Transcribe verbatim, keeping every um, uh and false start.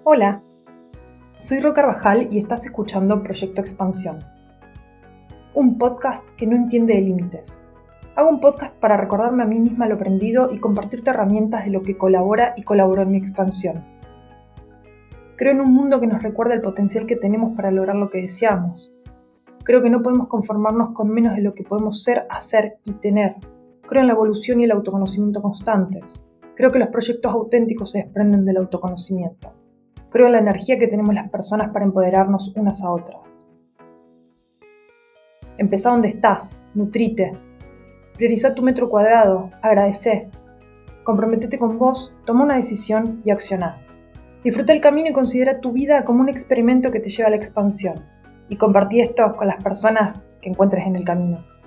Hola, soy Ro Carvajal y estás escuchando Proyecto Expansión, un podcast que no entiende de límites. Hago un podcast para recordarme a mí misma lo aprendido y compartirte herramientas de lo que colabora y colaboró en mi expansión. Creo en un mundo que nos recuerda el potencial que tenemos para lograr lo que deseamos. Creo que no podemos conformarnos con menos de lo que podemos ser, hacer y tener. Creo en la evolución y el autoconocimiento constantes. Creo que los proyectos auténticos se desprenden del autoconocimiento. Creo en la energía que tenemos las personas para empoderarnos unas a otras. Empezá donde estás, nutrite. Priorizá tu metro cuadrado, agradecé. Comprométete con vos, toma una decisión y accioná. Disfruta el camino y considera tu vida como un experimento que te lleva a la expansión. Y compartí esto con las personas que encuentres en el camino.